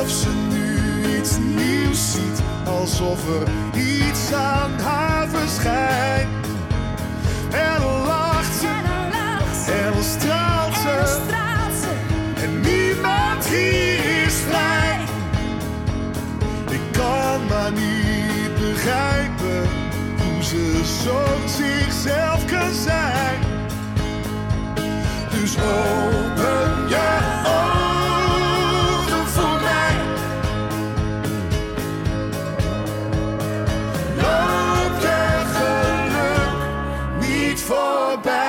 Alsof ze nu iets nieuws ziet, alsof er iets aan haar verschijnt. En dan lacht ze, en dan straalt ze, en niemand hier is vrij. Ik kan maar niet begrijpen hoe ze zo zichzelf kan zijn. Dus open je ogen voor mij. Loop je geluk niet voorbij.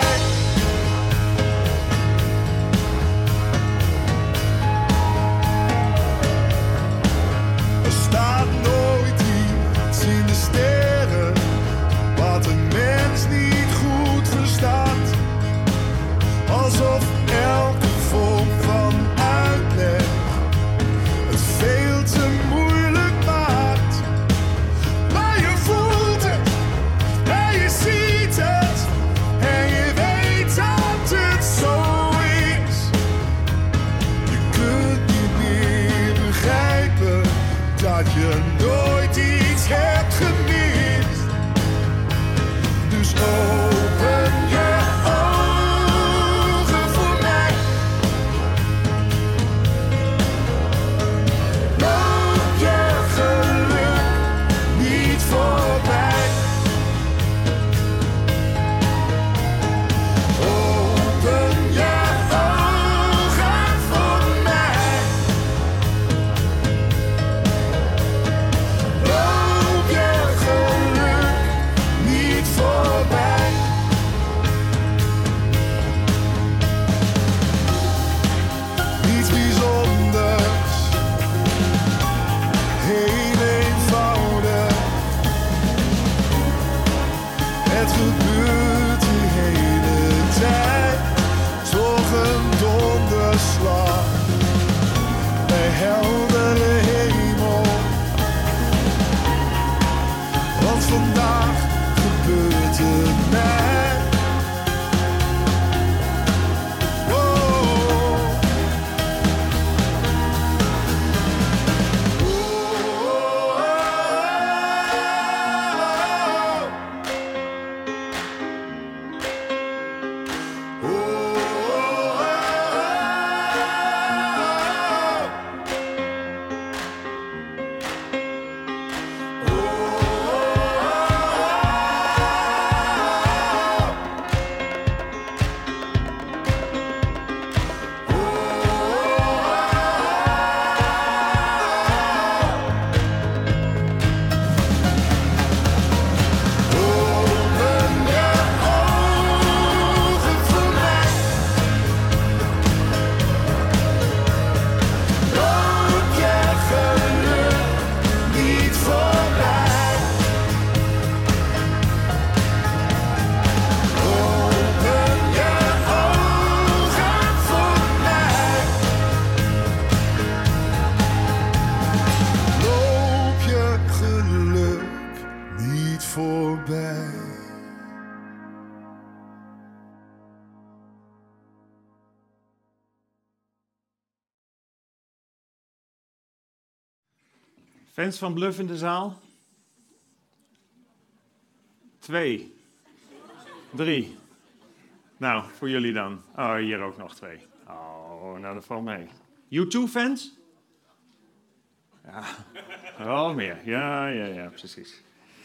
Er staat nooit iets in de sterren wat een mens niet goed verstaat. Alsof elke vorm van uitleg het veel te moeilijk maakt. Maar je voelt het en je ziet het en je weet dat het zo is. Je kunt niet meer begrijpen dat je nooit iets hebt gemist. Dus open je ogen voor mij. Loop je geluk niet voorbij. Open je ogen voor mij. Loop je geluk niet voorbij. Niets bijzonders, heel eenvoudig. Het gebeurt de hele tijd, toch een donderslag bij heldere hemel. Want vandaag gebeurt het mij. Fans van Bluff in de zaal? 2. 3. Nou, voor jullie dan. Oh, hier ook nog 2. Oh, nou dat valt mee. U2-fans? Ja, wel meer. Ja, precies.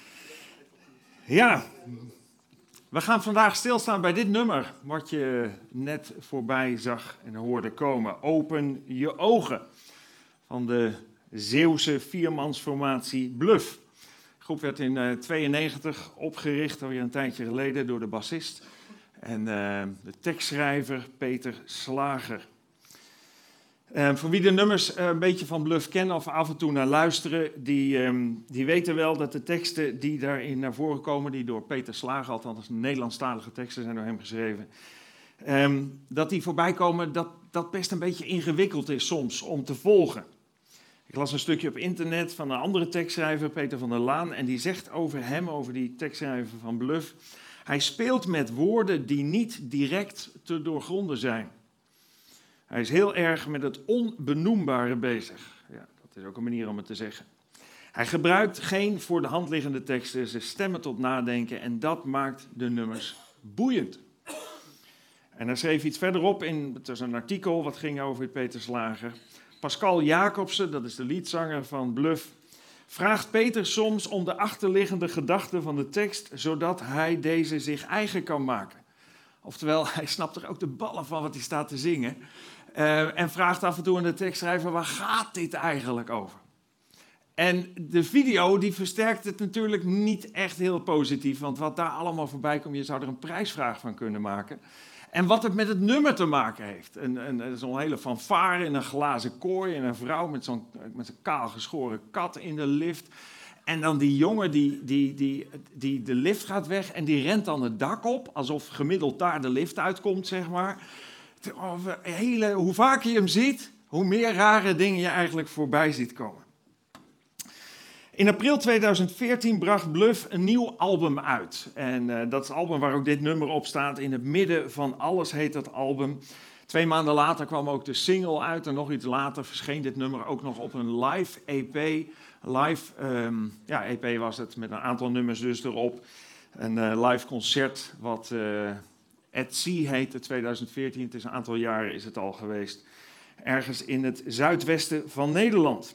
Ja, we gaan vandaag stilstaan bij dit nummer, wat je net voorbij zag en hoorde komen. Open je ogen, van de Zeeuwse viermansformatie Bluff. De groep werd in 1992 opgericht, alweer een tijdje geleden, door de bassist en de tekstschrijver Peter Slager. Voor wie de nummers een beetje van Bluff kennen of af en toe naar luisteren, die weten wel dat de teksten die daarin naar voren komen, die door Peter Slager, althans Nederlandstalige teksten zijn door hem geschreven, dat die voorbij komen, dat best een beetje ingewikkeld is soms om te volgen. Ik las een stukje op internet van een andere tekstschrijver, Peter van der Laan, en die zegt over hem, over die tekstschrijver van Bluff, hij speelt met woorden die niet direct te doorgronden zijn. Hij is heel erg met het onbenoembare bezig. Ja, dat Dat is ook een manier om het te zeggen. Hij gebruikt geen voor de hand liggende teksten, ze stemmen tot nadenken en dat maakt de nummers boeiend. En hij schreef iets verderop, het was een artikel wat ging over Peter Slager. Pascal Jacobsen, dat is de liedzanger van Bluff, vraagt Peter soms om de achterliggende gedachten van de tekst, zodat hij deze zich eigen kan maken. Oftewel, hij snapt er ook de ballen van wat hij staat te zingen. En vraagt af en toe aan de tekstschrijver, waar gaat dit eigenlijk over? En de video die versterkt het natuurlijk niet echt heel positief, want wat daar allemaal voorbij komt, je zou er een prijsvraag van kunnen maken. En wat het met het nummer te maken heeft. Zo'n hele fanfare in een glazen kooi en een vrouw met zo'n kaal geschoren kat in de lift. En dan die jongen die de lift gaat weg en die rent dan het dak op, alsof gemiddeld daar de lift uitkomt, zeg maar. Hoe vaker je hem ziet, hoe meer rare dingen je eigenlijk voorbij ziet komen. In april 2014 bracht Bluff een nieuw album uit. En dat is het album waar ook dit nummer op staat. In het midden van alles heet dat album. 2 maanden later kwam ook de single uit. En nog iets later verscheen dit nummer ook nog op een live EP. EP was het, met een aantal nummers dus erop. Een live concert wat At Sea heette, 2014. Het is een aantal jaren is het al geweest. Ergens in het zuidwesten van Nederland.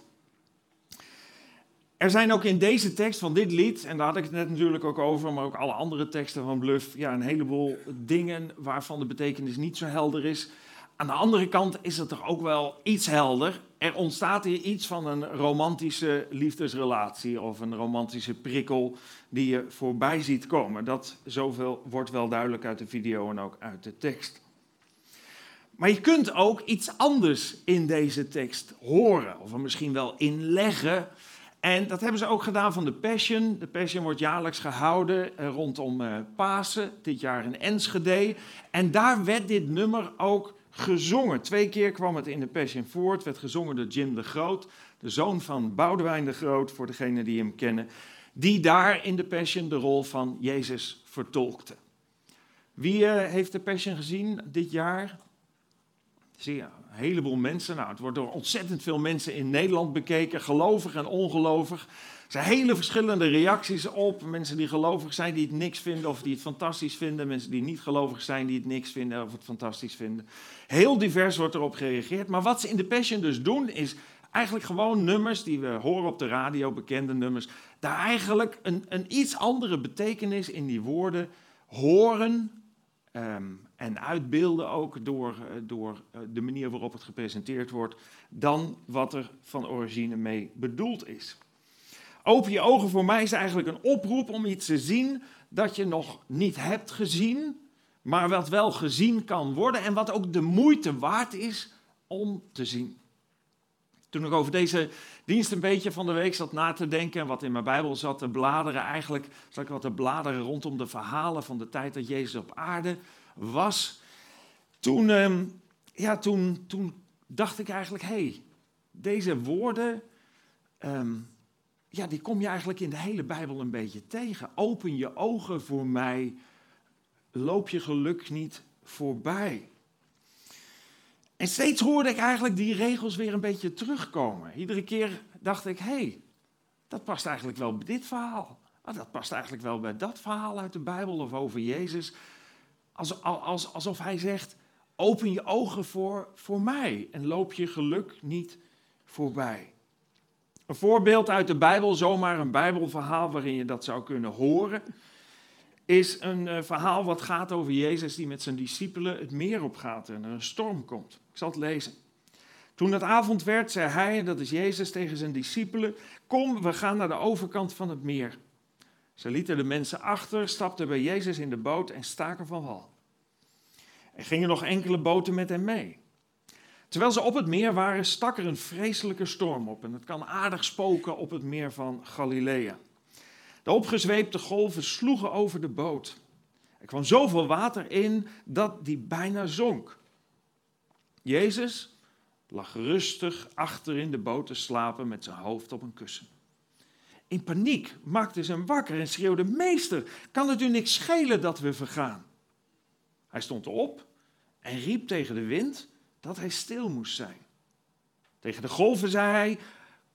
Er zijn ook in deze tekst van dit lied, en daar had ik het net natuurlijk ook over, maar ook alle andere teksten van Bluff, een heleboel dingen waarvan de betekenis niet zo helder is. Aan de andere kant is het toch ook wel iets helder. Er ontstaat hier iets van een romantische liefdesrelatie of een romantische prikkel die je voorbij ziet komen. Dat zoveel wordt wel duidelijk uit de video en ook uit de tekst. Maar je kunt ook iets anders in deze tekst horen, of er misschien wel inleggen. En dat hebben ze ook gedaan van de Passion. De Passion wordt jaarlijks gehouden rondom Pasen, dit jaar in Enschede. En daar werd dit nummer ook gezongen. 2 keer kwam het in de Passion voor. Het werd gezongen door Jim de Groot, de zoon van Boudewijn de Groot, voor degenen die hem kennen, die daar in de Passion de rol van Jezus vertolkte. Wie heeft de Passion gezien dit jaar? Zie je, een heleboel mensen. Nou, het wordt door ontzettend veel mensen in Nederland bekeken, gelovig en ongelovig. Er zijn hele verschillende reacties op. Mensen die gelovig zijn, die het niks vinden of die het fantastisch vinden. Mensen die niet gelovig zijn, die het niks vinden of het fantastisch vinden. Heel divers wordt erop gereageerd. Maar wat ze in de Passion dus doen, is eigenlijk gewoon nummers die we horen op de radio, bekende nummers. Daar eigenlijk een iets andere betekenis in die woorden horen. En uitbeelden ook door de manier waarop het gepresenteerd wordt, dan wat er van origine mee bedoeld is. Open je ogen voor mij is eigenlijk een oproep om iets te zien dat je nog niet hebt gezien, maar wat wel gezien kan worden en wat ook de moeite waard is om te zien. Toen ik over deze dienst een beetje van de week zat na te denken en wat in mijn Bijbel zat te bladeren, eigenlijk zat ik wat te bladeren rondom de verhalen van de tijd dat Jezus op aarde was. Toen dacht ik eigenlijk, deze woorden, die kom je eigenlijk in de hele Bijbel een beetje tegen. Open je ogen voor mij, loop je geluk niet voorbij. En steeds hoorde ik eigenlijk die regels weer een beetje terugkomen. Iedere keer dacht ik, dat past eigenlijk wel bij dit verhaal. Dat past eigenlijk wel bij dat verhaal uit de Bijbel of over Jezus. Alsof hij zegt, open je ogen voor mij en loop je geluk niet voorbij. Een voorbeeld uit de Bijbel, zomaar een Bijbelverhaal waarin je dat zou kunnen horen, is een verhaal wat gaat over Jezus die met zijn discipelen het meer op gaat en er een storm komt. Ik zal het lezen. Toen het avond werd, zei hij, dat is Jezus, tegen zijn discipelen, kom, we gaan naar de overkant van het meer. Ze lieten de mensen achter, stapten bij Jezus in de boot en staken van wal. Er gingen nog enkele boten met hem mee. Terwijl ze op het meer waren, stak er een vreselijke storm op en het kan aardig spoken op het meer van Galilea. De opgezweepte golven sloegen over de boot. Er kwam zoveel water in dat die bijna zonk. Jezus lag rustig achter in de boot te slapen met zijn hoofd op een kussen. In paniek maakte ze hem wakker en schreeuwde, meester, kan het u niks schelen dat we vergaan? Hij stond op en riep tegen de wind dat hij stil moest zijn. Tegen de golven zei hij,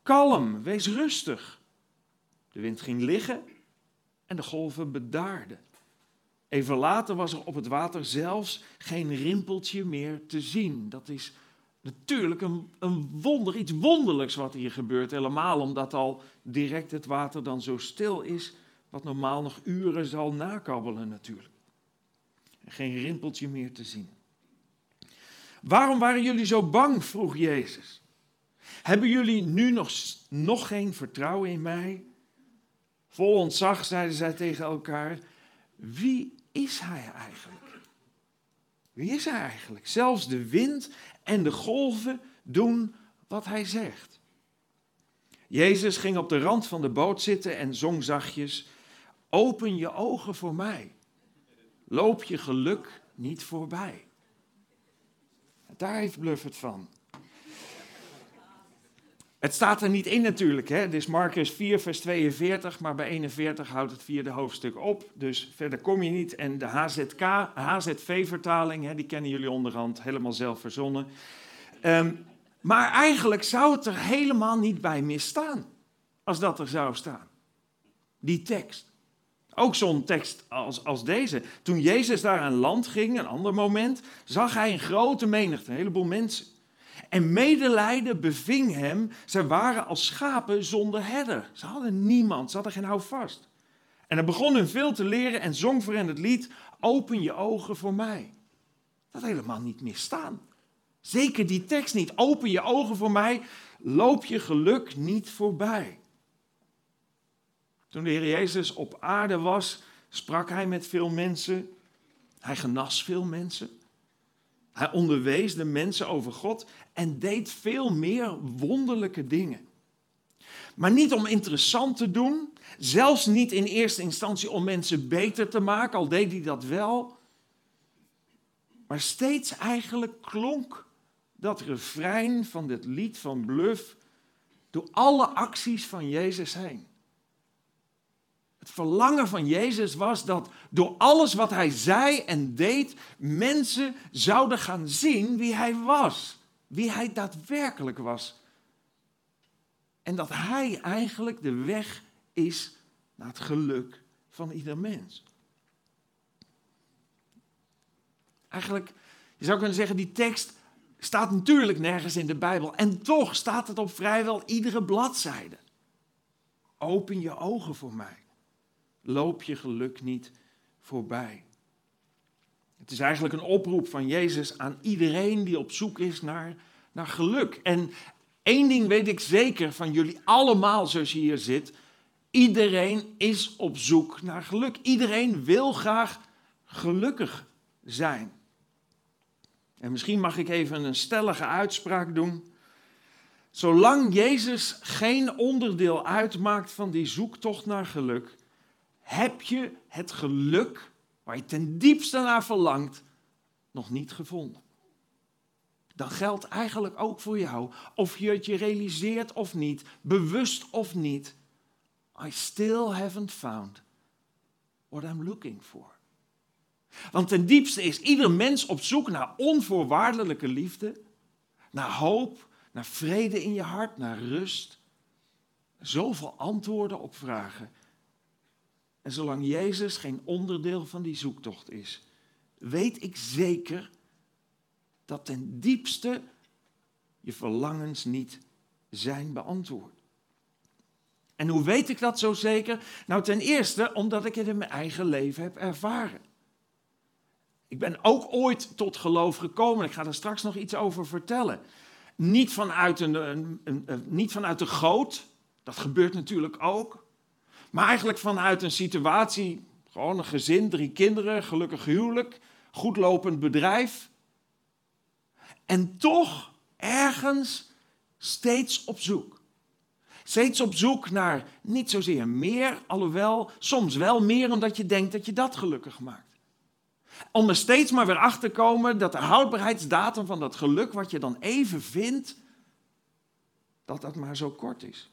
kalm, wees rustig. De wind ging liggen en de golven bedaarden. Even later was er op het water zelfs geen rimpeltje meer te zien. Dat is natuurlijk een wonder, iets wonderlijks wat hier gebeurt. Helemaal omdat al direct het water dan zo stil is, wat normaal nog uren zal nakabbelen natuurlijk. Geen rimpeltje meer te zien. Waarom waren jullie zo bang, vroeg Jezus. Hebben jullie nu nog geen vertrouwen in mij? Vol ontzag zeiden zij tegen elkaar, wie is hij eigenlijk? Wie is hij eigenlijk? Zelfs de wind en de golven doen wat hij zegt. Jezus ging op de rand van de boot zitten en zong zachtjes, open je ogen voor mij. Loop je geluk niet voorbij. Daar heeft Bluff het van. Het staat er niet in natuurlijk, hè? Het is Marcus 4 vers 42, maar bij 41 houdt het 4e hoofdstuk op. Dus verder kom je niet. En de HZV-vertaling, die kennen jullie onderhand, helemaal zelf verzonnen. Maar eigenlijk zou het er helemaal niet bij misstaan, als dat er zou staan. Die tekst. Ook zo'n tekst als deze. Toen Jezus daar aan land ging, een ander moment, zag hij een grote menigte, een heleboel mensen. En medelijden beving hem, zij waren als schapen zonder herder. Ze hadden niemand, ze hadden geen houvast. En hij begon hun veel te leren en zong voor hen het lied, open je ogen voor mij. Dat helemaal niet misstaan. Zeker die tekst niet, open je ogen voor mij, loop je geluk niet voorbij. Toen de Heer Jezus op aarde was, sprak hij met veel mensen. Hij genas veel mensen. Hij onderwees de mensen over God en deed veel meer wonderlijke dingen. Maar niet om interessant te doen, zelfs niet in eerste instantie om mensen beter te maken, al deed hij dat wel. Maar steeds eigenlijk klonk dat refrein van dit lied van Bluff door alle acties van Jezus heen. Het verlangen van Jezus was dat door alles wat hij zei en deed, mensen zouden gaan zien wie hij was. Wie hij daadwerkelijk was. En dat hij eigenlijk de weg is naar het geluk van ieder mens. Eigenlijk, je zou kunnen zeggen, die tekst staat natuurlijk nergens in de Bijbel. En toch staat het op vrijwel iedere bladzijde. Open je ogen voor mij. Loop je geluk niet voorbij. Het is eigenlijk een oproep van Jezus aan iedereen die op zoek is naar geluk. En één ding weet ik zeker van jullie allemaal zoals je hier zit. Iedereen is op zoek naar geluk. Iedereen wil graag gelukkig zijn. En misschien mag ik even een stellige uitspraak doen. Zolang Jezus geen onderdeel uitmaakt van die zoektocht naar geluk, heb je het geluk waar je ten diepste naar verlangt nog niet gevonden. Dan geldt eigenlijk ook voor jou, of je het je realiseert of niet, bewust of niet. I still haven't found what I'm looking for. Want ten diepste is ieder mens op zoek naar onvoorwaardelijke liefde, naar hoop, naar vrede in je hart, naar rust. Zoveel antwoorden op vragen. En zolang Jezus geen onderdeel van die zoektocht is, weet ik zeker dat ten diepste je verlangens niet zijn beantwoord. En hoe weet ik dat zo zeker? Nou, ten eerste omdat ik het in mijn eigen leven heb ervaren. Ik ben ook ooit tot geloof gekomen. Ik ga er straks nog iets over vertellen. Niet vanuit de goot, dat gebeurt natuurlijk ook. Maar eigenlijk vanuit een situatie, gewoon een gezin, 3 kinderen, gelukkig huwelijk, goed lopend bedrijf. En toch ergens steeds op zoek. Steeds op zoek naar niet zozeer meer, alhoewel soms wel meer omdat je denkt dat je dat gelukkig maakt. Om er steeds maar weer achter te komen dat de houdbaarheidsdatum van dat geluk wat je dan even vindt, dat maar zo kort is.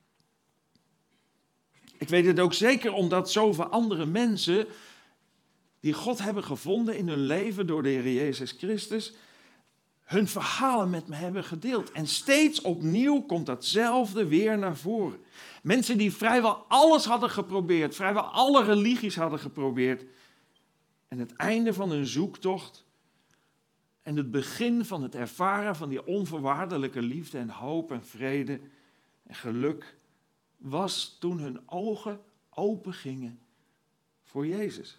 Ik weet het ook zeker omdat zoveel andere mensen die God hebben gevonden in hun leven door de Heer Jezus Christus, hun verhalen met me hebben gedeeld. En steeds opnieuw komt datzelfde weer naar voren. Mensen die vrijwel alles hadden geprobeerd, vrijwel alle religies hadden geprobeerd. En het einde van hun zoektocht en het begin van het ervaren van die onvoorwaardelijke liefde en hoop en vrede en geluk was toen hun ogen open gingen voor Jezus.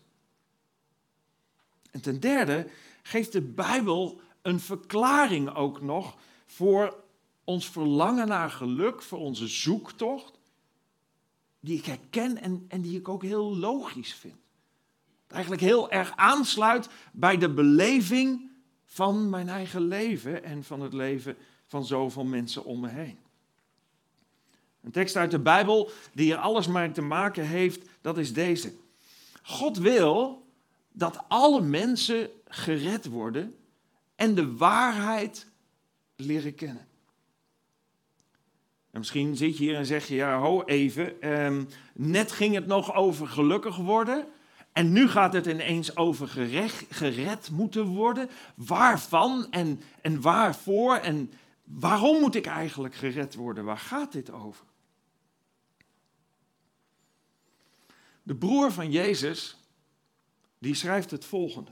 En ten derde geeft de Bijbel een verklaring ook nog voor ons verlangen naar geluk, voor onze zoektocht, die ik herken en die ik ook heel logisch vind. Eigenlijk heel erg aansluit bij de beleving van mijn eigen leven en van het leven van zoveel mensen om me heen. Een tekst uit de Bijbel die er alles mee te maken heeft, dat is deze. God wil dat alle mensen gered worden en de waarheid leren kennen. En misschien zit je hier en zeg je, ja, ho even, net ging het nog over gelukkig worden en nu gaat het ineens over gered moeten worden. Waarvan en waarvoor en waarom moet ik eigenlijk gered worden? Waar gaat dit over? De broer van Jezus, die schrijft het volgende.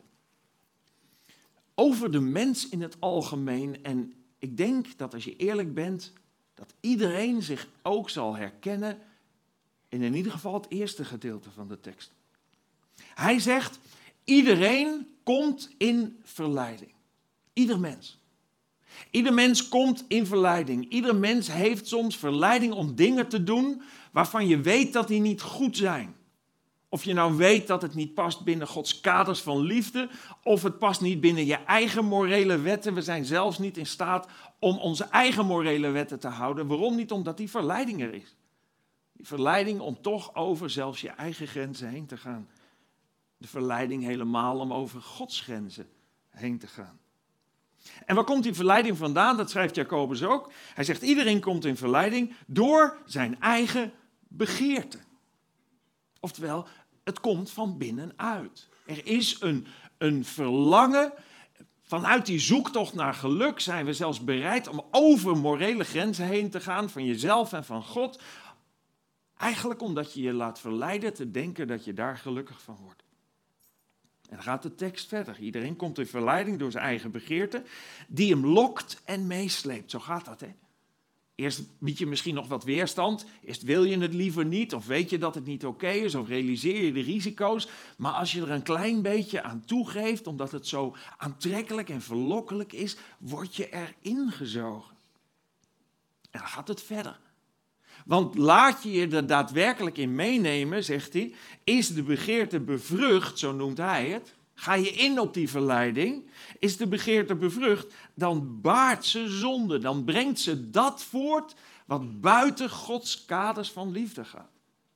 Over de mens in het algemeen, en ik denk dat als je eerlijk bent, dat iedereen zich ook zal herkennen in ieder geval het eerste gedeelte van de tekst. Hij zegt, iedereen komt in verleiding. Ieder mens. Ieder mens komt in verleiding. Ieder mens heeft soms verleiding om dingen te doen waarvan je weet dat die niet goed zijn. Of je nou weet dat het niet past binnen Gods kaders van liefde, of het past niet binnen je eigen morele wetten. We zijn zelfs niet in staat om onze eigen morele wetten te houden. Waarom niet? Omdat die verleiding er is. Die verleiding om toch over zelfs je eigen grenzen heen te gaan. De verleiding helemaal om over Gods grenzen heen te gaan. En waar komt die verleiding vandaan? Dat schrijft Jacobus ook. Hij zegt, iedereen komt in verleiding door zijn eigen begeerte. Oftewel, het komt van binnenuit. Er is een verlangen. Vanuit die zoektocht naar geluk zijn we zelfs bereid om over morele grenzen heen te gaan, van jezelf en van God. Eigenlijk omdat je je laat verleiden te denken dat je daar gelukkig van wordt. En dan gaat de tekst verder. Iedereen komt in verleiding door zijn eigen begeerte, die hem lokt en meesleept. Zo gaat dat, hè? Eerst bied je misschien nog wat weerstand. Eerst wil je het liever niet, of weet je dat het niet oké is, of realiseer je de risico's. Maar als je er een klein beetje aan toegeeft, omdat het zo aantrekkelijk en verlokkelijk is, word je erin gezogen. En dan gaat het verder. Want laat je je er daadwerkelijk in meenemen, zegt hij, is de begeerte bevrucht, zo noemt hij het. Ga je in op die verleiding, is de begeerte bevrucht, dan baart ze zonde. Dan brengt ze dat voort wat buiten Gods kaders van liefde gaat.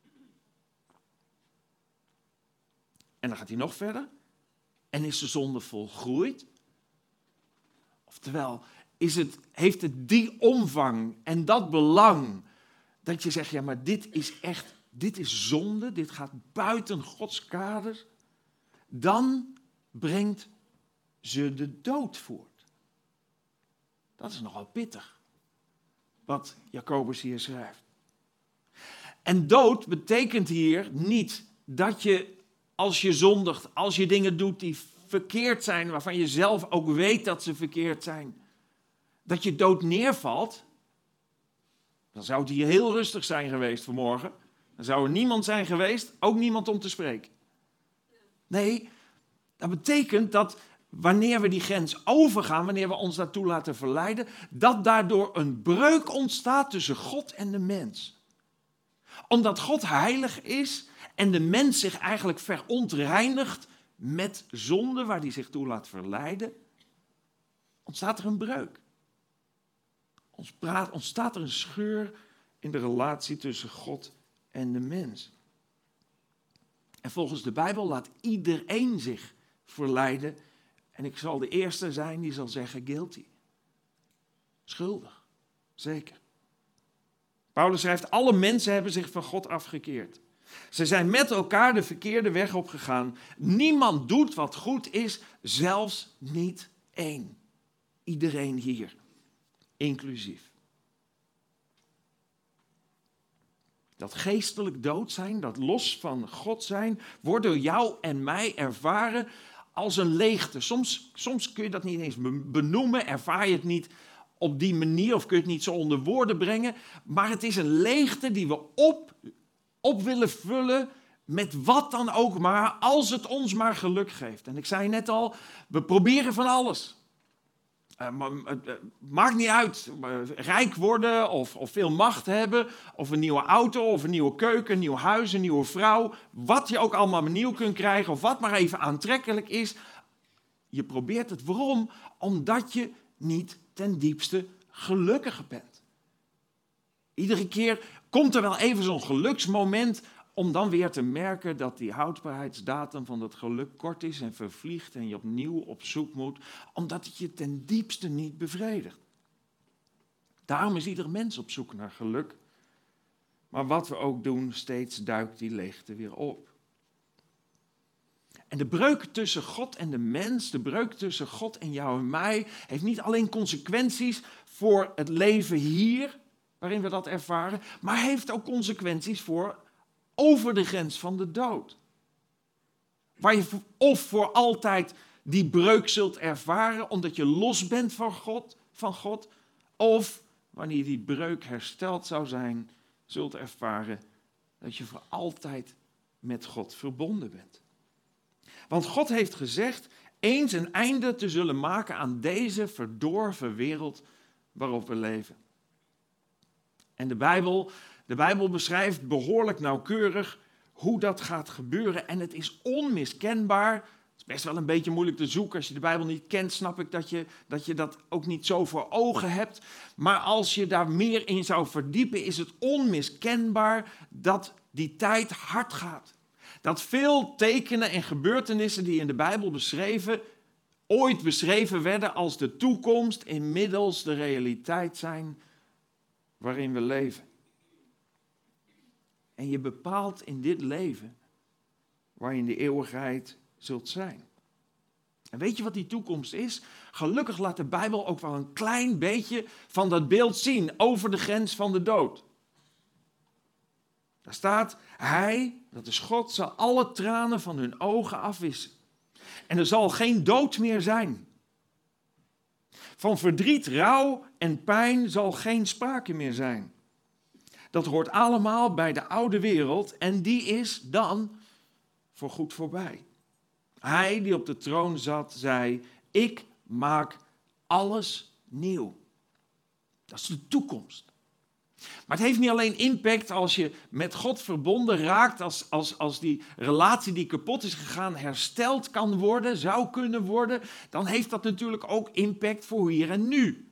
En dan gaat hij nog verder. En is de zonde volgroeid? Oftewel, heeft het die omvang en dat belang dat je zegt, ja, maar dit is zonde, dit gaat buiten Gods kaders. Dan brengt ze de dood voort. Dat is nogal pittig, wat Jacobus hier schrijft. En dood betekent hier niet dat je, als je zondigt, als je dingen doet die verkeerd zijn, waarvan je zelf ook weet dat ze verkeerd zijn, dat je dood neervalt. Dan zou het hier heel rustig zijn geweest vanmorgen. Dan zou er niemand zijn geweest, ook niemand om te spreken. Nee, dat betekent dat wanneer we die grens overgaan, wanneer we ons daartoe laten verleiden, dat daardoor een breuk ontstaat tussen God en de mens. Omdat God heilig is en de mens zich eigenlijk verontreinigt met zonde, waar hij zich toe laat verleiden, ontstaat er een breuk. Ontstaat er een scheur in de relatie tussen God en de mens. En volgens de Bijbel laat iedereen zich verleiden. En ik zal de eerste zijn die zal zeggen guilty. Schuldig. Zeker. Paulus schrijft, alle mensen hebben zich van God afgekeerd. Ze zijn met elkaar de verkeerde weg opgegaan. Niemand doet wat goed is, zelfs niet één. iedereen hier, inclusief. Dat geestelijk dood zijn, dat los van God zijn, wordt door jou en mij ervaren als een leegte. Soms kun je dat niet eens benoemen, ervaar je het niet op die manier of kun je het niet zo onder woorden brengen. Maar het is een leegte die we op willen vullen met wat dan ook maar, als het ons maar geluk geeft. En ik zei net al, we proberen van alles. Maakt niet uit, rijk worden of veel macht hebben, of een nieuwe auto, of een nieuwe keuken, een nieuw huis, een nieuwe vrouw. Wat je ook allemaal nieuw kunt krijgen, of wat maar even aantrekkelijk is. Je probeert het. Waarom? Omdat je niet ten diepste gelukkig bent. Iedere keer komt er wel even zo'n geluksmoment om dan weer te merken dat die houdbaarheidsdatum van dat geluk kort is en vervliegt en je opnieuw op zoek moet, omdat het je ten diepste niet bevredigt. Daarom is ieder mens op zoek naar geluk. Maar wat we ook doen, steeds duikt die leegte weer op. En de breuk tussen God en de mens, de breuk tussen God en jou en mij, heeft niet alleen consequenties voor het leven hier, waarin we dat ervaren, maar heeft ook consequenties voor over de grens van de dood. Waar je of voor altijd die breuk zult ervaren, omdat je los bent van God, of wanneer die breuk hersteld zou zijn, zult ervaren dat je voor altijd met God verbonden bent. Want God heeft gezegd eens een einde te zullen maken aan deze verdorven wereld waarop we leven. En de Bijbel beschrijft behoorlijk nauwkeurig hoe dat gaat gebeuren. En het is onmiskenbaar. Het is best wel een beetje moeilijk te zoeken. Als je de Bijbel niet kent, snap ik dat je dat ook niet zo voor ogen hebt. Maar als je daar meer in zou verdiepen, is het onmiskenbaar dat die tijd hard gaat. Dat veel tekenen en gebeurtenissen die in de Bijbel ooit beschreven werden als de toekomst, inmiddels de realiteit zijn waarin we leven. En je bepaalt in dit leven waar je in de eeuwigheid zult zijn. En weet je wat die toekomst is? Gelukkig laat de Bijbel ook wel een klein beetje van dat beeld zien over de grens van de dood. Daar staat, hij, dat is God, zal alle tranen van hun ogen afwissen. En er zal geen dood meer zijn. Van verdriet, rouw en pijn zal geen sprake meer zijn. Dat hoort allemaal bij de oude wereld en die is dan voorgoed voorbij. Hij die op de troon zat, zei, ik maak alles nieuw. Dat is de toekomst. Maar het heeft niet alleen impact als je met God verbonden raakt, als die relatie die kapot is gegaan hersteld kan worden, zou kunnen worden, dan heeft dat natuurlijk ook impact voor hier en nu.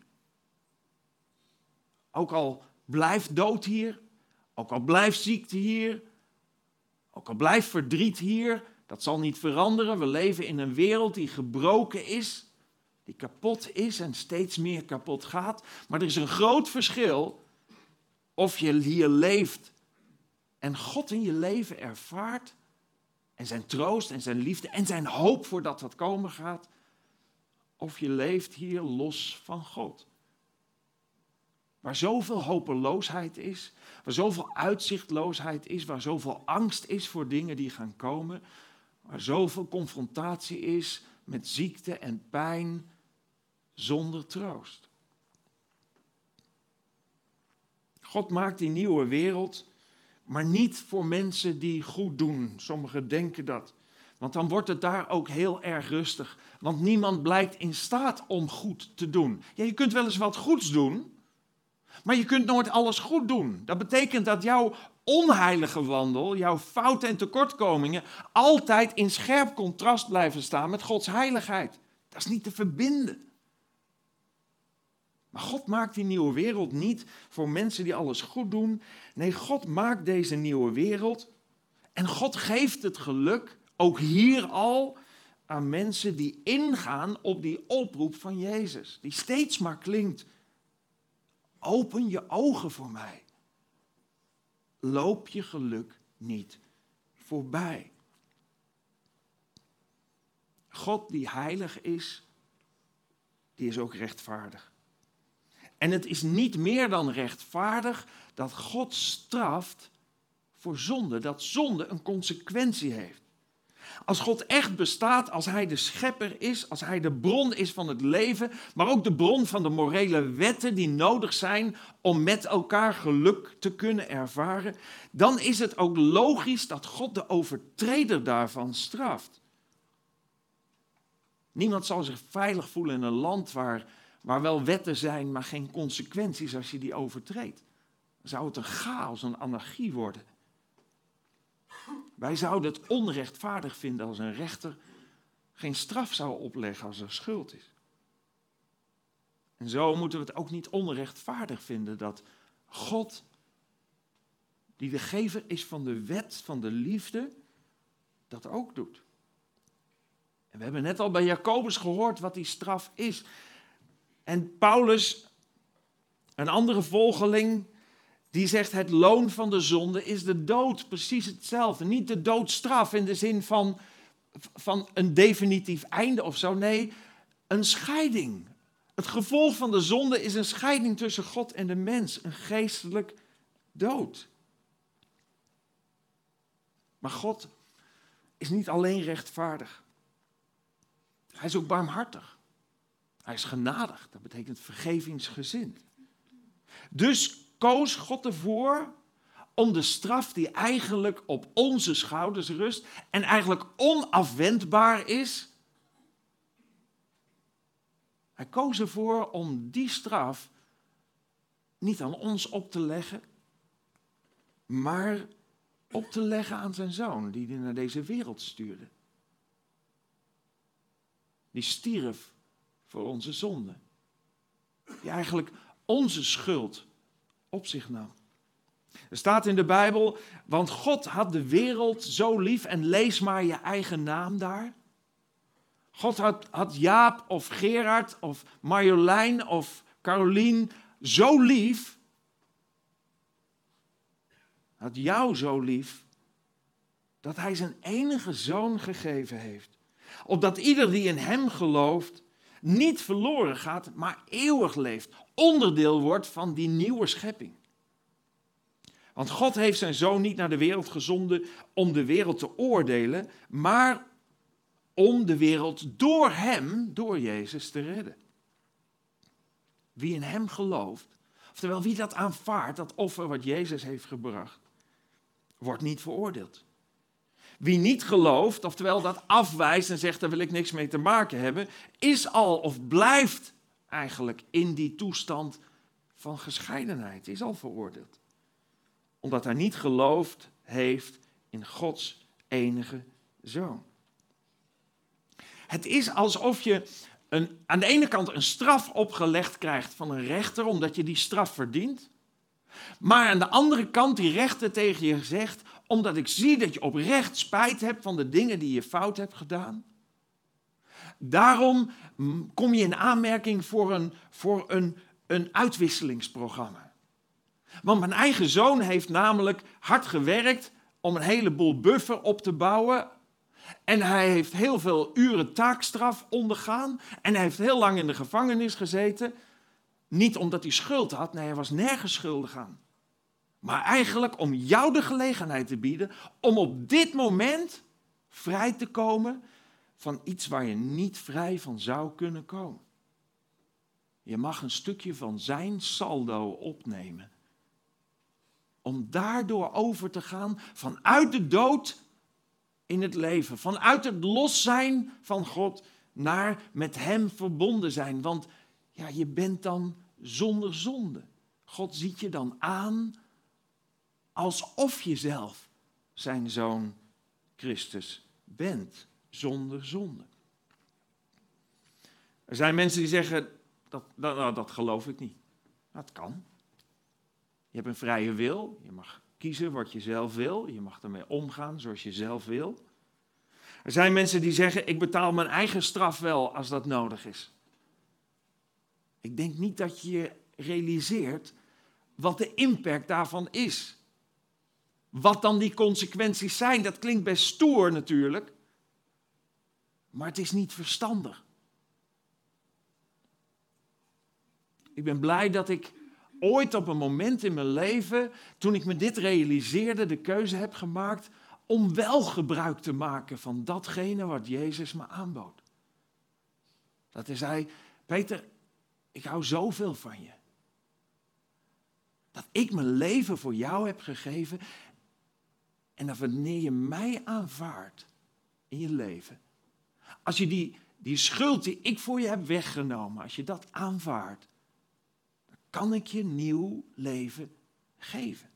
Ook al blijft dood hier, ook al blijft ziekte hier, ook al blijft verdriet hier, dat zal niet veranderen. We leven in een wereld die gebroken is, die kapot is en steeds meer kapot gaat. Maar er is een groot verschil of je hier leeft en God in je leven ervaart en zijn troost en zijn liefde en zijn hoop voor dat wat komen gaat, of je leeft hier los van God. Waar zoveel hopeloosheid is, waar zoveel uitzichtloosheid is, waar zoveel angst is voor dingen die gaan komen, waar zoveel confrontatie is met ziekte en pijn zonder troost. God maakt die nieuwe wereld, maar niet voor mensen die goed doen. Sommigen denken dat. Want dan wordt het daar ook heel erg rustig. Want niemand blijkt in staat om goed te doen. Ja, je kunt wel eens wat goeds doen, maar je kunt nooit alles goed doen. Dat betekent dat jouw onheilige wandel, jouw fouten en tekortkomingen altijd in scherp contrast blijven staan met Gods heiligheid. Dat is niet te verbinden. Maar God maakt die nieuwe wereld niet voor mensen die alles goed doen. Nee, God maakt deze nieuwe wereld en God geeft het geluk, ook hier al, aan mensen die ingaan op die oproep van Jezus. Die steeds maar klinkt, open je ogen voor mij. Loop je geluk niet voorbij. God die heilig is, die is ook rechtvaardig. En het is niet meer dan rechtvaardig dat God straft voor zonde, dat zonde een consequentie heeft. Als God echt bestaat, als hij de schepper is, als hij de bron is van het leven, maar ook de bron van de morele wetten die nodig zijn om met elkaar geluk te kunnen ervaren, dan is het ook logisch dat God de overtreder daarvan straft. Niemand zal zich veilig voelen in een land waar wel wetten zijn, maar geen consequenties als je die overtreedt. Dan zou het een chaos, een anarchie worden. Wij zouden het onrechtvaardig vinden als een rechter geen straf zou opleggen als er schuld is. En zo moeten we het ook niet onrechtvaardig vinden dat God, die de gever is van de wet, van de liefde, dat ook doet. En we hebben net al bij Jacobus gehoord wat die straf is. En Paulus, een andere volgeling, die zegt het loon van de zonde is de dood. Precies hetzelfde. Niet de doodstraf in de zin van een definitief einde of zo. Nee, een scheiding. Het gevolg van de zonde is een scheiding tussen God en de mens. Een geestelijk dood. Maar God is niet alleen rechtvaardig. Hij is ook barmhartig. Hij is genadig. Dat betekent vergevingsgezind. Dus koos God ervoor om de straf die eigenlijk op onze schouders rust en eigenlijk onafwendbaar is. Hij koos ervoor om die straf niet aan ons op te leggen, maar op te leggen aan zijn zoon die hij naar deze wereld stuurde. Die stierf voor onze zonde. Die eigenlijk onze schuld op zich nam. Er staat in de Bijbel, want God had de wereld zo lief, en lees maar je eigen naam daar. God had Jaap of Gerard of Marjolein of Carolien zo lief. Had jou zo lief, dat hij zijn enige zoon gegeven heeft. Opdat ieder die in hem gelooft niet verloren gaat, maar eeuwig leeft. Onderdeel wordt van die nieuwe schepping. Want God heeft zijn zoon niet naar de wereld gezonden om de wereld te oordelen, maar om de wereld door hem, door Jezus, te redden. Wie in hem gelooft, oftewel wie dat aanvaardt, dat offer wat Jezus heeft gebracht, wordt niet veroordeeld. Wie niet gelooft, oftewel dat afwijst en zegt daar wil ik niks mee te maken hebben, is al of blijft eigenlijk in die toestand van gescheidenheid, is al veroordeeld. Omdat hij niet geloofd heeft in Gods enige zoon. Het is alsof je aan de ene kant een straf opgelegd krijgt van een rechter, omdat je die straf verdient. Maar aan de andere kant die rechter tegen je zegt, omdat ik zie dat je oprecht spijt hebt van de dingen die je fout hebt gedaan. Daarom kom je in aanmerking voor een uitwisselingsprogramma. Want mijn eigen zoon heeft namelijk hard gewerkt om een heleboel buffer op te bouwen. En hij heeft heel veel uren taakstraf ondergaan. En hij heeft heel lang in de gevangenis gezeten. Niet omdat hij schuld had, nee, hij was nergens schuldig aan. Maar eigenlijk om jou de gelegenheid te bieden om op dit moment vrij te komen van iets waar je niet vrij van zou kunnen komen. Je mag een stukje van zijn saldo opnemen. Om daardoor over te gaan vanuit de dood in het leven. Vanuit het los zijn van God naar met hem verbonden zijn. Want ja, je bent dan zonder zonde. God ziet je dan aan alsof je zelf zijn zoon Christus bent. Zonder zonde. Er zijn mensen die zeggen, dat geloof ik niet. Dat kan. Je hebt een vrije wil. Je mag kiezen wat je zelf wil. Je mag ermee omgaan zoals je zelf wil. Er zijn mensen die zeggen, ik betaal mijn eigen straf wel als dat nodig is. Ik denk niet dat je realiseert wat de impact daarvan is. Wat dan die consequenties zijn. Dat klinkt best stoer natuurlijk. Maar het is niet verstandig. Ik ben blij dat ik ooit op een moment in mijn leven, toen ik me dit realiseerde, de keuze heb gemaakt om wel gebruik te maken van datgene wat Jezus me aanbood. Dat hij zei, Peter, ik hou zoveel van je. Dat ik mijn leven voor jou heb gegeven. En dat wanneer je mij aanvaardt in je leven. Als je die schuld die ik voor je heb weggenomen, als je dat aanvaardt. Dan kan ik je nieuw leven geven.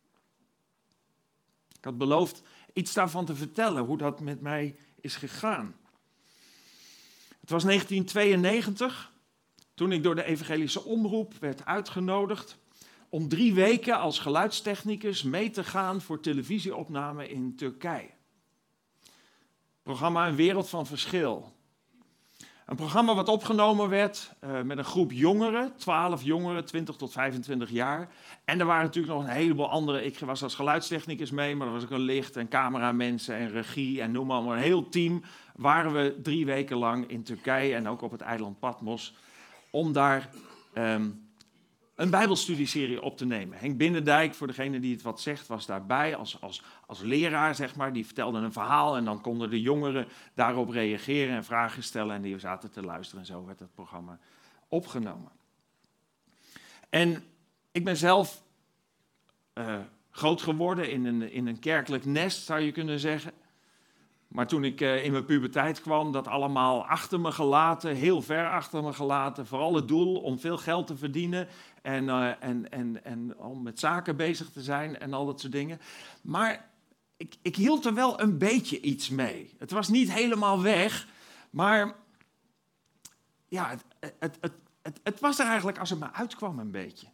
Ik had beloofd iets daarvan te vertellen, hoe dat met mij is gegaan. Het was 1992, toen ik door de evangelische omroep werd uitgenodigd om 3 weken als geluidstechnicus mee te gaan voor televisieopname in Turkije. Programma Een Wereld van Verschil. Een programma wat opgenomen werd met een groep jongeren, 12 jongeren, 20 tot 25 jaar. En er waren natuurlijk nog een heleboel andere. Ik was als geluidstechnicus mee, maar er was ook een licht- en cameramensen en regie en noem maar. Een heel team waren we 3 weken lang in Turkije en ook op het eiland Patmos om daar een bijbelstudieserie op te nemen. Henk Bindendijk, voor degene die het wat zegt, was daarbij als leraar, zeg maar. Die vertelde een verhaal en dan konden de jongeren daarop reageren en vragen stellen. En die zaten te luisteren en zo werd het programma opgenomen. En ik ben zelf groot geworden in een kerkelijk nest, zou je kunnen zeggen. Maar toen ik in mijn puberteit kwam, dat allemaal achter me gelaten, heel ver achter me gelaten. Vooral het doel om veel geld te verdienen en om met zaken bezig te zijn en al dat soort dingen. Maar ik hield er wel een beetje iets mee. Het was niet helemaal weg, maar ja, het was er eigenlijk als het me uitkwam een beetje.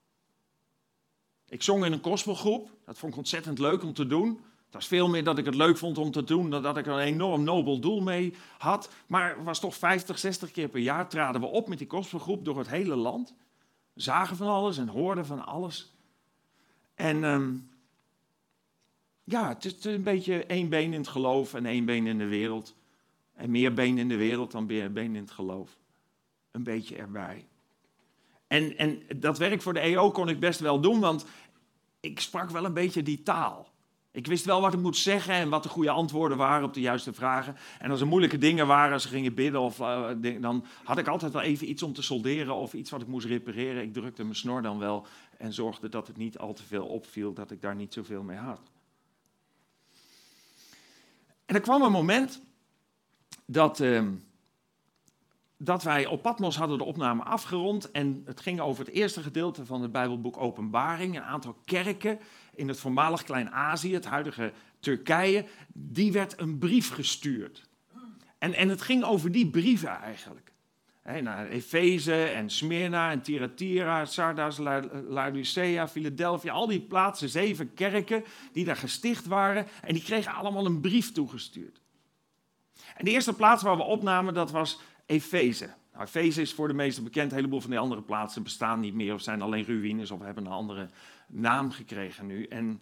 Ik zong in een gospelgroep, dat vond ik ontzettend leuk om te doen. Het was veel meer dat ik het leuk vond om te doen dan dat ik er een enorm nobel doel mee had. Maar het was toch 50, 60 keer per jaar traden we op met die gospelgroep door het hele land. We zagen van alles en hoorden van alles. En ja, het is een beetje 1 been in het geloof en 1 been in de wereld. En meer been in de wereld dan meer been in het geloof. Een beetje erbij. En dat werk voor de EO kon ik best wel doen, want ik sprak wel een beetje die taal. Ik wist wel wat ik moet zeggen en wat de goede antwoorden waren op de juiste vragen. En als er moeilijke dingen waren, als ze gingen bidden, dan had ik altijd wel even iets om te solderen of iets wat ik moest repareren. Ik drukte mijn snor dan wel en zorgde dat het niet al te veel opviel, dat ik daar niet zoveel mee had. En er kwam een moment dat wij op Patmos hadden de opname afgerond en het ging over het eerste gedeelte van het Bijbelboek Openbaring. Een aantal kerken in het voormalig Klein-Azië, het huidige Turkije, die werd een brief gestuurd. En het ging over die brieven eigenlijk. Naar Efeze en Smyrna en Thyatira, Sardas, Laodicea, Philadelphia, al die plaatsen, 7 kerken die daar gesticht waren en die kregen allemaal een brief toegestuurd. En de eerste plaats waar we opnamen, dat was Efeze. Nou, Efeze is voor de meesten bekend. Een heleboel van die andere plaatsen bestaan niet meer of zijn alleen ruïnes of hebben een andere naam gekregen nu. En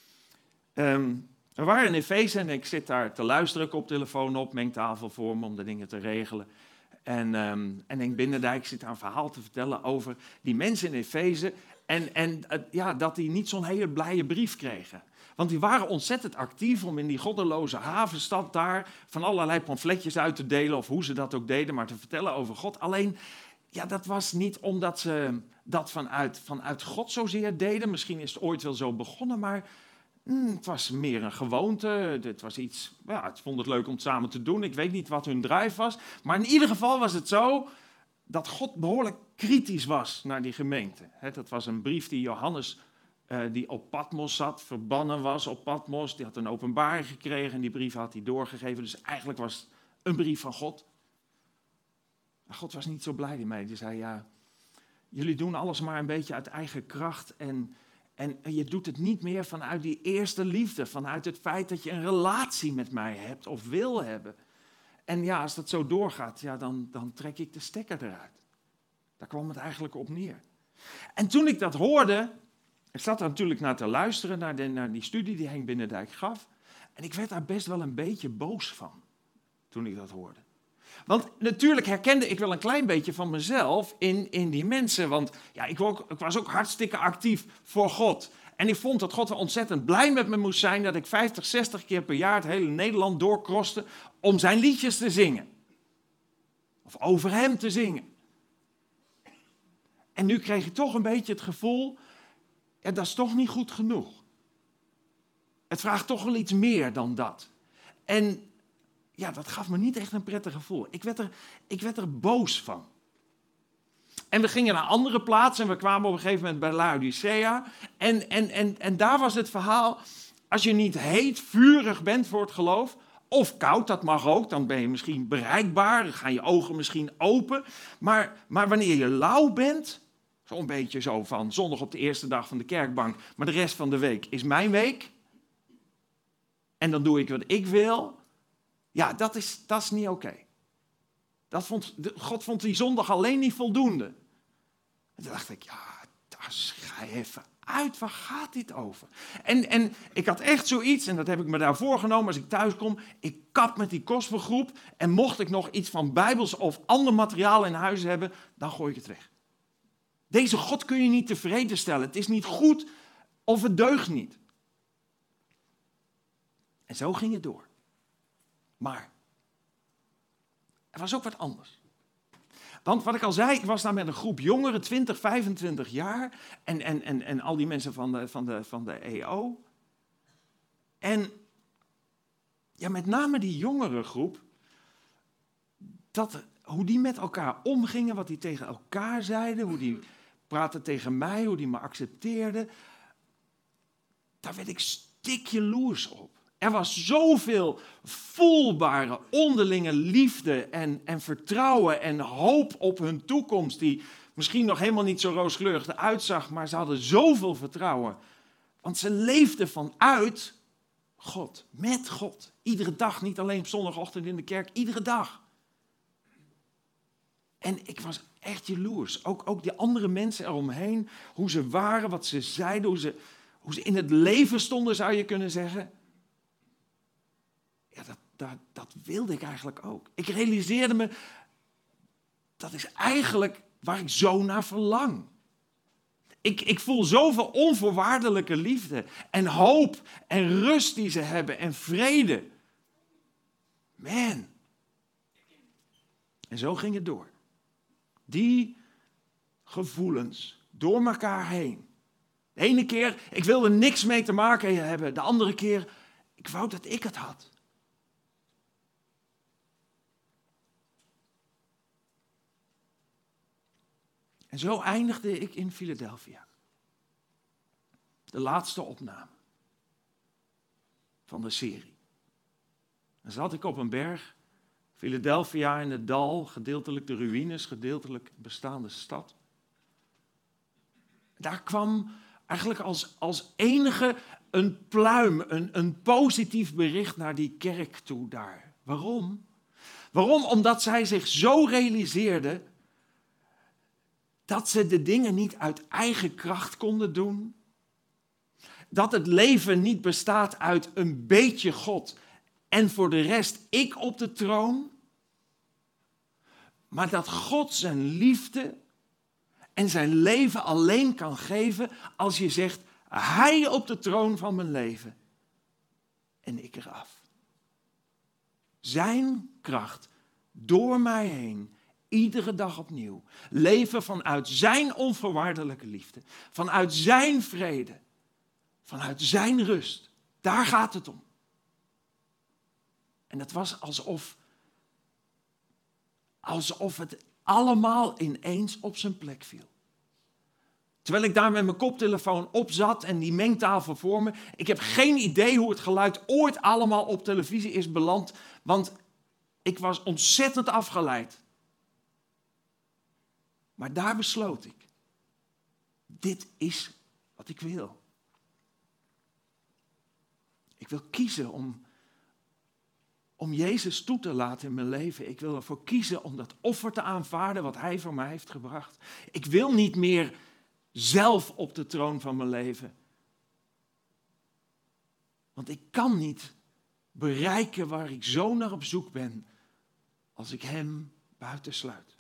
we waren in Efeze en ik zit daar te luisteren, koptelefoon op, mengtafel voor me om de dingen te regelen. En Henk Bindendijk zit daar een verhaal te vertellen over die mensen in Efeze en dat die niet zo'n hele blije brief kregen. Want die waren ontzettend actief om in die goddeloze havenstad daar van allerlei pamfletjes uit te delen, of hoe ze dat ook deden, maar te vertellen over God. Alleen, ja, dat was niet omdat ze dat vanuit God zozeer deden. Misschien is het ooit wel zo begonnen, maar het was meer een gewoonte. Het was iets, ja, het vond het leuk om het samen te doen. Ik weet niet wat hun drive was. Maar in ieder geval was het zo dat God behoorlijk kritisch was naar die gemeente. Dat was een brief die Johannes, die op Patmos zat, verbannen was op Patmos. Die had een openbaring gekregen en die brief had hij doorgegeven. Dus eigenlijk was het een brief van God. Maar God was niet zo blij ermee. Hij zei, ja, jullie doen alles maar een beetje uit eigen kracht en je doet het niet meer vanuit die eerste liefde, vanuit het feit dat je een relatie met mij hebt of wil hebben. En ja, als dat zo doorgaat, ja, dan trek ik de stekker eruit. Daar kwam het eigenlijk op neer. En toen ik dat hoorde, ik zat er natuurlijk naar te luisteren, naar die studie die Henk Bindendijk gaf. En ik werd daar best wel een beetje boos van, toen ik dat hoorde. Want natuurlijk herkende ik wel een klein beetje van mezelf in die mensen. Want ja, ik was ook hartstikke actief voor God. En ik vond dat God wel ontzettend blij met me moest zijn dat ik 50, 60 keer per jaar het hele Nederland doorkroste om zijn liedjes te zingen. Of over hem te zingen. En nu kreeg ik toch een beetje het gevoel, ja, dat is toch niet goed genoeg. Het vraagt toch wel iets meer dan dat. En ja, dat gaf me niet echt een prettig gevoel. Ik werd er boos van. En we gingen naar andere plaatsen en we kwamen op een gegeven moment bij Laodicea. En daar was het verhaal, als je niet heet, vurig bent voor het geloof, of koud, dat mag ook, dan ben je misschien bereikbaar, dan gaan je ogen misschien open. Maar wanneer je lauw bent, zo'n beetje zo van zondag op de eerste dag van de kerkbank, maar de rest van de week is mijn week. En dan doe ik wat ik wil. Ja, dat is niet oké. God vond die zondag alleen niet voldoende. En toen dacht ik, ja, ga even uit, waar gaat dit over? En ik had echt zoiets, en dat heb ik me daar voorgenomen als ik thuis kom, ik kap met die gospelgroep en mocht ik nog iets van bijbels of ander materiaal in huis hebben, dan gooi ik het weg. Deze God kun je niet tevreden stellen. Het is niet goed of het deugt niet. En zo ging het door. Maar er was ook wat anders. Want wat ik al zei, ik was daar met een groep jongeren, 20, 25 jaar. En al die mensen van de EO. En ja, met name die jongerengroep. Hoe die met elkaar omgingen, wat die tegen elkaar zeiden. Hoe die praten tegen mij, hoe die me accepteerden. Daar werd ik stikjaloers op. Er was zoveel voelbare onderlinge liefde en vertrouwen en hoop op hun toekomst, die misschien nog helemaal niet zo rooskleurig eruit zag, maar ze hadden zoveel vertrouwen. Want ze leefden vanuit God, met God. Iedere dag, niet alleen op zondagochtend in de kerk, iedere dag. En ik was echt jaloers. Ook die andere mensen eromheen, hoe ze waren, wat ze zeiden, hoe ze in het leven stonden, zou je kunnen zeggen. Ja, dat wilde ik eigenlijk ook. Ik realiseerde me, dat is eigenlijk waar ik zo naar verlang. Ik voel zoveel onvoorwaardelijke liefde en hoop en rust die ze hebben en vrede. Man. En zo ging het door. Die gevoelens door elkaar heen. De ene keer, ik wilde niks mee te maken hebben. De andere keer, ik wou dat ik het had. En zo eindigde ik in Philadelphia. De laatste opname van de serie. Dan zat ik op een berg, Philadelphia in het dal, gedeeltelijk de ruïnes, gedeeltelijk bestaande stad. Daar kwam eigenlijk als enige een pluim, een positief bericht naar die kerk toe daar. Waarom? Waarom? Omdat zij zich zo realiseerden dat ze de dingen niet uit eigen kracht konden doen. Dat het leven niet bestaat uit een beetje God en voor de rest ik op de troon. Maar dat God zijn liefde en zijn leven alleen kan geven als je zegt, hij op de troon van mijn leven en ik eraf. Zijn kracht door mij heen. Iedere dag opnieuw. Leven vanuit zijn onvoorwaardelijke liefde. Vanuit zijn vrede. Vanuit zijn rust. Daar gaat het om. En het was alsof het allemaal ineens op zijn plek viel. Terwijl ik daar met mijn koptelefoon op zat en die mengtafel voor me. Ik heb geen idee hoe het geluid ooit allemaal op televisie is beland. Want ik was ontzettend afgeleid. Maar daar besloot ik. Dit is wat ik wil. Ik wil kiezen om Jezus toe te laten in mijn leven. Ik wil ervoor kiezen om dat offer te aanvaarden wat hij voor mij heeft gebracht. Ik wil niet meer zelf op de troon van mijn leven. Want ik kan niet bereiken waar ik zo naar op zoek ben als ik hem buitensluit.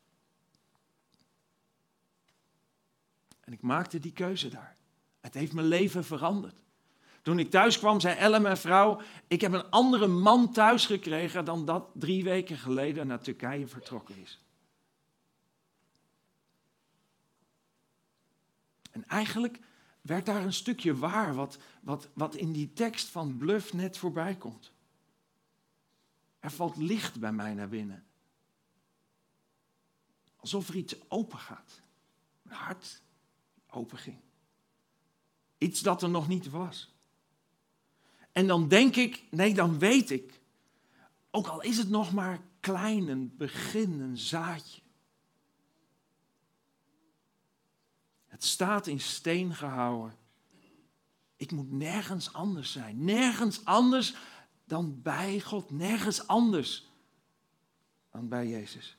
En ik maakte die keuze daar. Het heeft mijn leven veranderd. Toen ik thuis kwam, zei Elle, mijn vrouw, ik heb een andere man thuis gekregen dan dat 3 weken geleden naar Turkije vertrokken is. En eigenlijk werd daar een stukje waar wat in die tekst van Bluff net voorbij komt. Er valt licht bij mij naar binnen. Alsof er iets open gaat. Mijn hart open ging. Iets dat er nog niet was. En dan denk ik, nee, dan weet ik. Ook al is het nog maar klein, een begin, een zaadje. Het staat in steen gehouden. Ik moet nergens anders zijn. Nergens anders dan bij God. Nergens anders dan bij Jezus.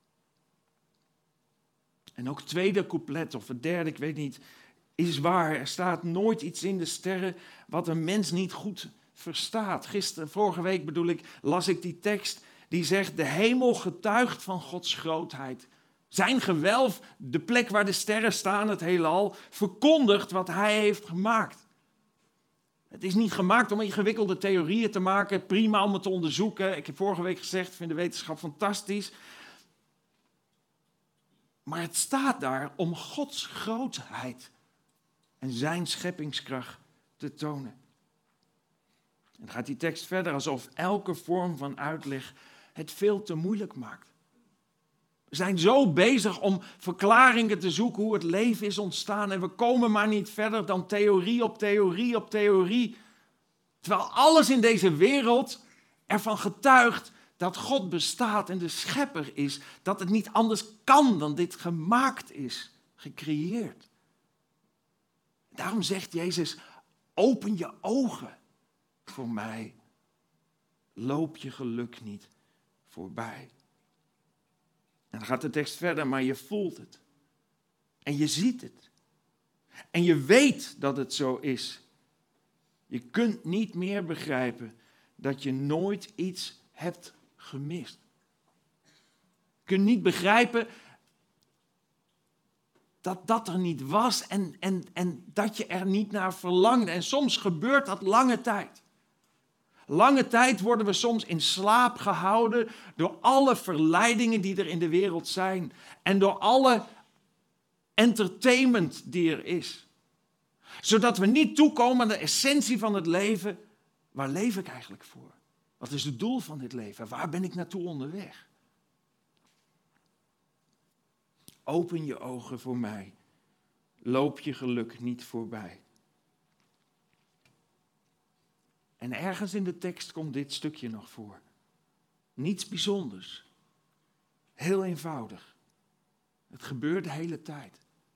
En ook het tweede couplet of het derde, ik weet niet, is waar. Er staat nooit iets in de sterren wat een mens niet goed verstaat. Vorige week las ik die tekst die zegt, de hemel getuigt van Gods grootheid. Zijn gewelf, de plek waar de sterren staan, het heelal, verkondigt wat hij heeft gemaakt. Het is niet gemaakt om ingewikkelde theorieën te maken, prima om het te onderzoeken. Ik heb vorige week gezegd, ik vind de wetenschap fantastisch. Maar het staat daar om Gods grootheid en zijn scheppingskracht te tonen. En dan gaat die tekst verder alsof elke vorm van uitleg het veel te moeilijk maakt. We zijn zo bezig om verklaringen te zoeken hoe het leven is ontstaan en we komen maar niet verder dan theorie op theorie op theorie. Terwijl alles in deze wereld ervan getuigt dat God bestaat en de schepper is, dat het niet anders kan dan dit gemaakt is, gecreëerd. Daarom zegt Jezus, open je ogen voor mij, loop je geluk niet voorbij. En dan gaat de tekst verder, maar je voelt het. En je ziet het. En je weet dat het zo is. Je kunt niet meer begrijpen dat je nooit iets hebt gemist. Je kunt niet begrijpen dat dat er niet was en dat je er niet naar verlangde. En soms gebeurt dat lange tijd. Lange tijd worden we soms in slaap gehouden door alle verleidingen die er in de wereld zijn. En door alle entertainment die er is. Zodat we niet toekomen aan de essentie van het leven. Waar leef ik eigenlijk voor? Wat is het doel van dit leven? Waar ben ik naartoe onderweg? Open je ogen voor mij. Loop je geluk niet voorbij. En ergens in de tekst komt dit stukje nog voor. Niets bijzonders. Heel eenvoudig. Het gebeurt de hele tijd.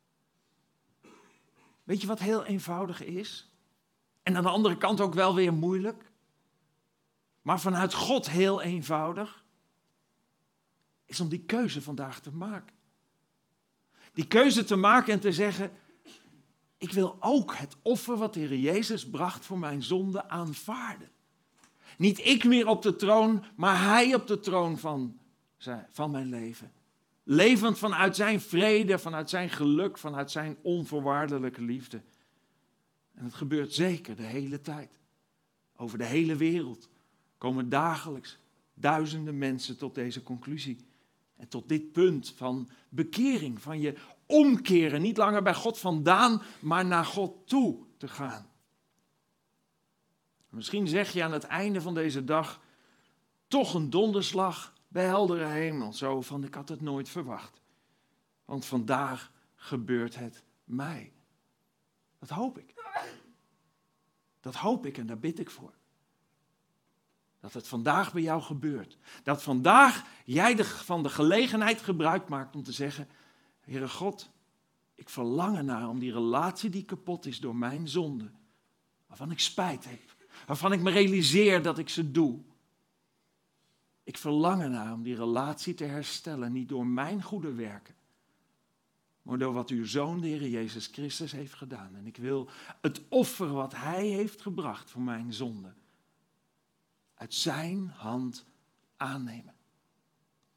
Weet je wat heel eenvoudig is? En aan de andere kant ook wel weer moeilijk. Maar vanuit God heel eenvoudig. Is om die keuze vandaag te maken. Die keuze te maken en te zeggen, ik wil ook het offer wat de Heer Jezus bracht voor mijn zonde aanvaarden. Niet ik meer op de troon, maar Hij op de troon van mijn leven. Levend vanuit zijn vrede, vanuit zijn geluk, vanuit zijn onvoorwaardelijke liefde. En het gebeurt zeker de hele tijd. Over de hele wereld komen dagelijks duizenden mensen tot deze conclusie. En tot dit punt van bekering, van je omkeren. Niet langer bij God vandaan, maar naar God toe te gaan. Misschien zeg je aan het einde van deze dag toch een donderslag bij heldere hemel. Zo van, ik had het nooit verwacht. Want vandaag gebeurt het mij. Dat hoop ik. Dat hoop ik en daar bid ik voor. Dat het vandaag bij jou gebeurt. Dat vandaag jij van de gelegenheid gebruik maakt om te zeggen, Heere God, ik verlang ernaar om die relatie die kapot is door mijn zonde, waarvan ik spijt heb, waarvan ik me realiseer dat ik ze doe. Ik verlang ernaar om die relatie te herstellen, niet door mijn goede werken, maar door wat uw Zoon, de Heer Jezus Christus, heeft gedaan. En ik wil het offer wat Hij heeft gebracht voor mijn zonde, uit zijn hand aannemen.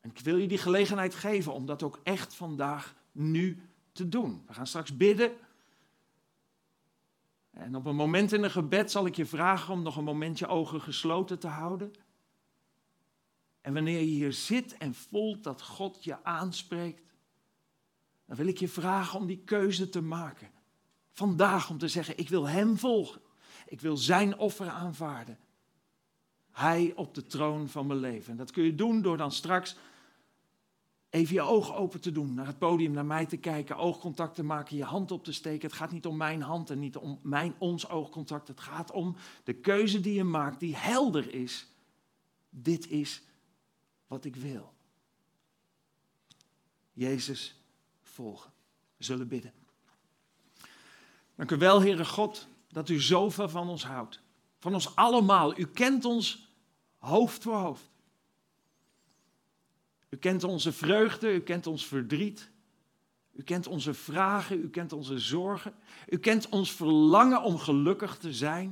En ik wil je die gelegenheid geven om dat ook echt vandaag, nu te doen. We gaan straks bidden. En op een moment in een gebed zal ik je vragen om nog een momentje ogen gesloten te houden. En wanneer je hier zit en voelt dat God je aanspreekt, dan wil ik je vragen om die keuze te maken. Vandaag om te zeggen, ik wil hem volgen. Ik wil zijn offer aanvaarden. Hij op de troon van mijn leven. En dat kun je doen door dan straks even je ogen open te doen, naar het podium, naar mij te kijken, oogcontact te maken, je hand op te steken. Het gaat niet om mijn hand en niet om ons oogcontact. Het gaat om de keuze die je maakt, die helder is. Dit is wat ik wil. Jezus volgen. We zullen bidden. Dank u wel, Heere God, dat u zoveel van ons houdt. Van ons allemaal. U kent ons hoofd voor hoofd. U kent onze vreugde, u kent ons verdriet. U kent onze vragen, u kent onze zorgen. U kent ons verlangen om gelukkig te zijn.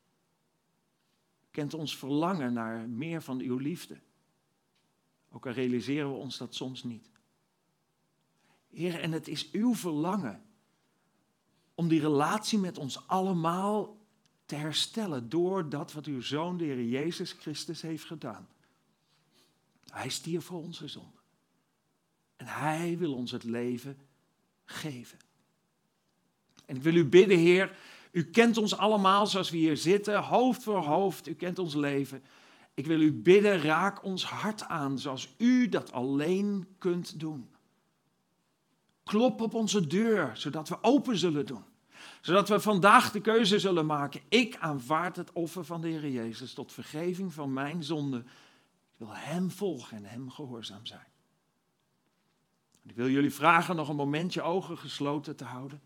U kent ons verlangen naar meer van uw liefde. Ook al realiseren we ons dat soms niet. Heer, en het is uw verlangen om die relatie met ons allemaal te herstellen door dat wat uw Zoon, de Heer Jezus Christus, heeft gedaan. Hij stierf voor onze zonde. En hij wil ons het leven geven. En ik wil u bidden, Heer, u kent ons allemaal zoals we hier zitten, hoofd voor hoofd, u kent ons leven. Ik wil u bidden, raak ons hart aan zoals u dat alleen kunt doen. Klop op onze deur, zodat we open zullen doen. Zodat we vandaag de keuze zullen maken. Ik aanvaard het offer van de Heer Jezus tot vergeving van mijn zonde. Ik wil hem volgen en hem gehoorzaam zijn. Ik wil jullie vragen nog een momentje ogen gesloten te houden.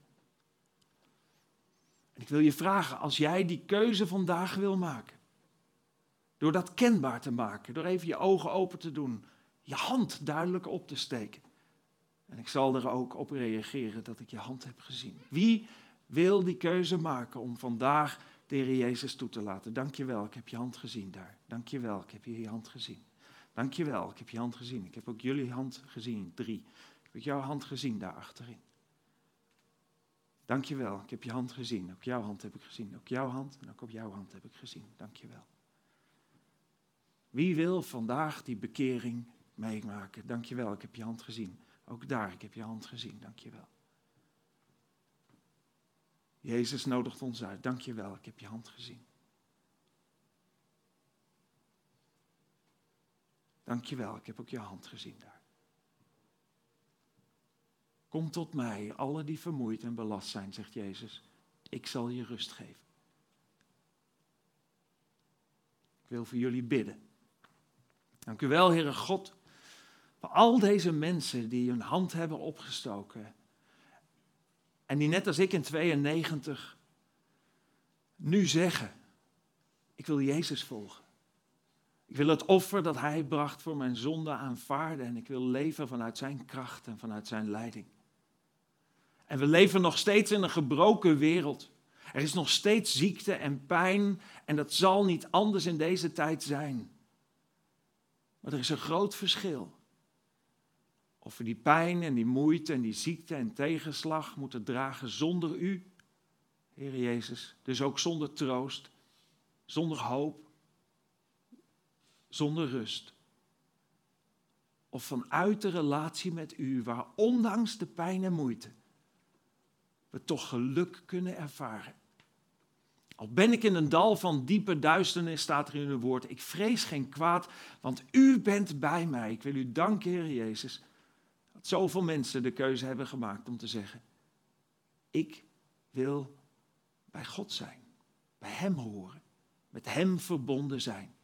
En ik wil je vragen, als jij die keuze vandaag wil maken. Door dat kenbaar te maken, door even je ogen open te doen. Je hand duidelijk op te steken. En ik zal er ook op reageren dat ik je hand heb gezien. Wie wil die keuze maken om vandaag de Heer Jezus toe te laten? Dank je wel, ik heb je hand gezien daar. Dank je wel, ik heb je hand gezien. Dank je wel, ik heb je hand gezien. Ik heb ook jullie hand gezien, 3. Ik heb jouw hand gezien daar achterin. Dank je wel, ik heb je hand gezien. Ook jouw hand heb ik gezien. Ook jouw hand en ook op jouw hand heb ik gezien. Dank je wel. Wie wil vandaag die bekering meemaken? Dank je wel, ik heb je hand gezien. Ook daar, ik heb je hand gezien. Dank je wel. Jezus nodigt ons uit. Dank je wel, ik heb je hand gezien. Dank je wel, ik heb ook je hand gezien daar. Kom tot mij, alle die vermoeid en belast zijn, zegt Jezus. Ik zal je rust geven. Ik wil voor jullie bidden. Dank u wel, Heere God, voor al deze mensen die hun hand hebben opgestoken. En die net als ik in 92 nu zeggen, ik wil Jezus volgen. Ik wil het offer dat hij bracht voor mijn zonde aanvaarden. En ik wil leven vanuit zijn kracht en vanuit zijn leiding. En we leven nog steeds in een gebroken wereld. Er is nog steeds ziekte en pijn. En dat zal niet anders in deze tijd zijn. Maar er is een groot verschil. Of we die pijn en die moeite en die ziekte en tegenslag moeten dragen zonder u, Heer Jezus. Dus ook zonder troost, zonder hoop, zonder rust. Of vanuit de relatie met u, waar ondanks de pijn en moeite we toch geluk kunnen ervaren. Al ben ik in een dal van diepe duisternis, staat er in uw woord. Ik vrees geen kwaad, want u bent bij mij. Ik wil u danken, Heer Jezus, dat zoveel mensen de keuze hebben gemaakt om te zeggen, ik wil bij God zijn, bij hem horen, met hem verbonden zijn.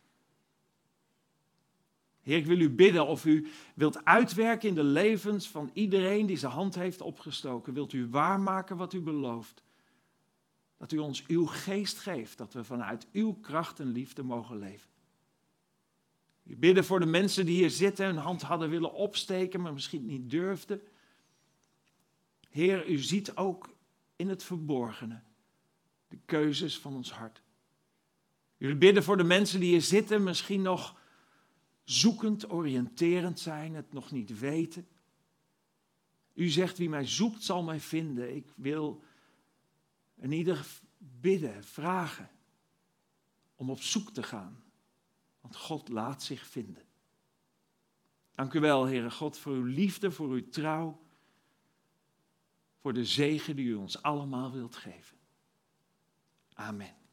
Heer, ik wil u bidden of u wilt uitwerken in de levens van iedereen die zijn hand heeft opgestoken. Wilt u waarmaken wat u belooft? Dat u ons uw geest geeft, dat we vanuit uw kracht en liefde mogen leven. U bidden voor de mensen die hier zitten en hun hand hadden willen opsteken, maar misschien niet durfden. Heer, u ziet ook in het verborgene de keuzes van ons hart. U bidden voor de mensen die hier zitten, misschien nog zoekend, oriënterend zijn, het nog niet weten. U zegt, wie mij zoekt zal mij vinden. Ik wil en ieder bidden, vragen om op zoek te gaan. Want God laat zich vinden. Dank u wel, Heere God, voor uw liefde, voor uw trouw. Voor de zegen die u ons allemaal wilt geven. Amen.